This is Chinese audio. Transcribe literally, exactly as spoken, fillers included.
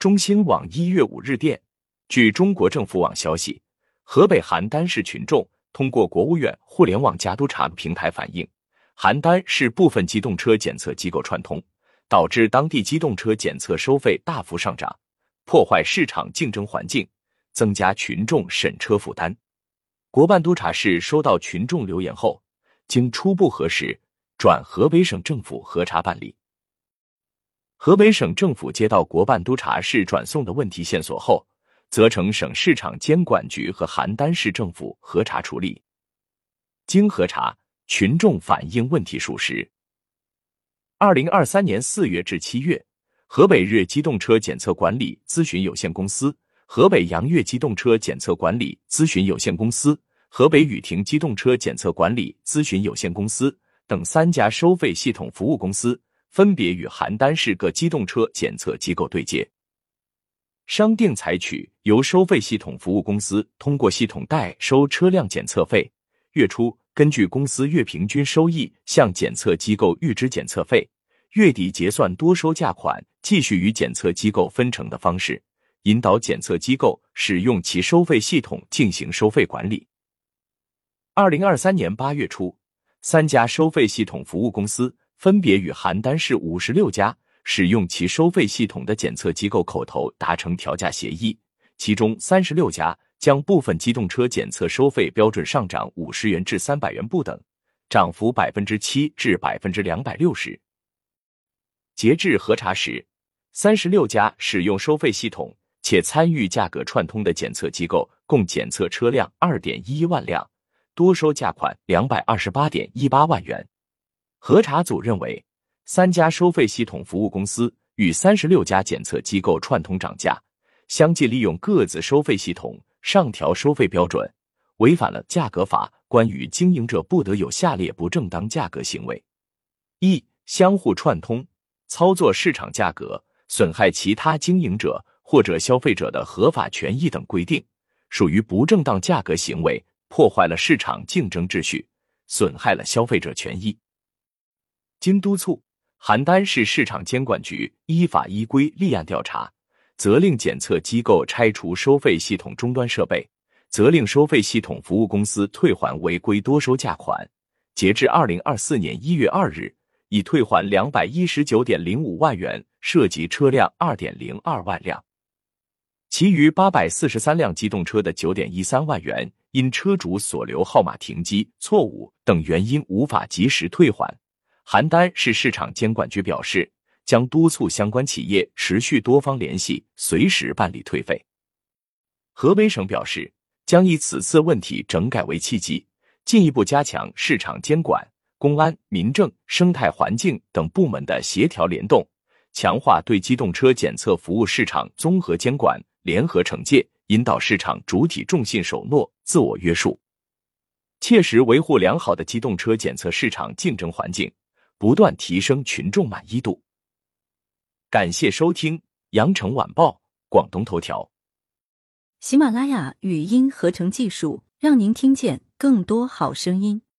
中新网一月五日电，据中国政府网消息，河北邯郸市群众通过国务院互联网加督查平台反映，邯郸市部分机动车检测机构串通，导致当地机动车检测收费大幅上涨，破坏市场竞争环境，增加群众审车负担。国办督察室收到群众留言后，经初步核实，转河北省政府核查办理。河北省政府接到国办督察室转送的问题线索后，责成省市场监管局和邯郸市政府核查处理。经核查，群众反映问题属实。二零二三年四月至七月，河北日机动车检测管理咨询有限公司、河北扬越机动车检测管理咨询有限公司、河北雨婷机动车检测管理咨询有限公司等三家收费系统服务公司分别与邯郸市各机动车检测机构对接，商定采取由收费系统服务公司通过系统代收车辆检测费，月初根据公司月平均收益向检测机构预支检测费，月底结算多收价款，继续与检测机构分成的方式，引导检测机构使用其收费系统进行收费管理。二零二三年八月初，三家收费系统服务公司分别与邯郸市五十六家使用其收费系统的检测机构口头达成调价协议，其中三十六家将部分机动车检测收费标准上涨五十元至三百元不等，涨幅百分之七至百分之两百六十。截至核查时，三十六家使用收费系统且参与价格串通的检测机构共检测车辆 二点一一万辆，多收价款 两百二十八点一八万元。核查组认为，三家收费系统服务公司与三十六家检测机构串通涨价，相继利用各自收费系统上调收费标准，违反了价格法关于经营者不得有下列不正当价格行为：一、相互串通，操作市场价格，损害其他经营者或者消费者的合法权益等规定，属于不正当价格行为，破坏了市场竞争秩序，损害了消费者权益。经督促，邯郸市市场监管局依法依规立案调查，责令检测机构拆除收费系统终端设备，责令收费系统服务公司退还违规多收价款。截至二零二四年一月二日，已退还 两百一十九点零五万元，涉及车辆 二点零二万辆。其余八百四十三辆机动车的 九点一三万元，因车主所留号码停机错误等原因无法及时退还。邯郸市市场监管局表示，将督促相关企业持续多方联系，随时办理退费。河北省表示，将以此次问题整改为契机，进一步加强市场监管、公安、民政、生态环境等部门的协调联动，强化对机动车检测服务市场综合监管、联合惩戒，引导市场主体重信守诺、自我约束，切实维护良好的机动车检测市场竞争环境，不断提升群众满意度。感谢收听羊城晚报广东头条。 喜马拉雅语音合成技术，让您听见更多好声音。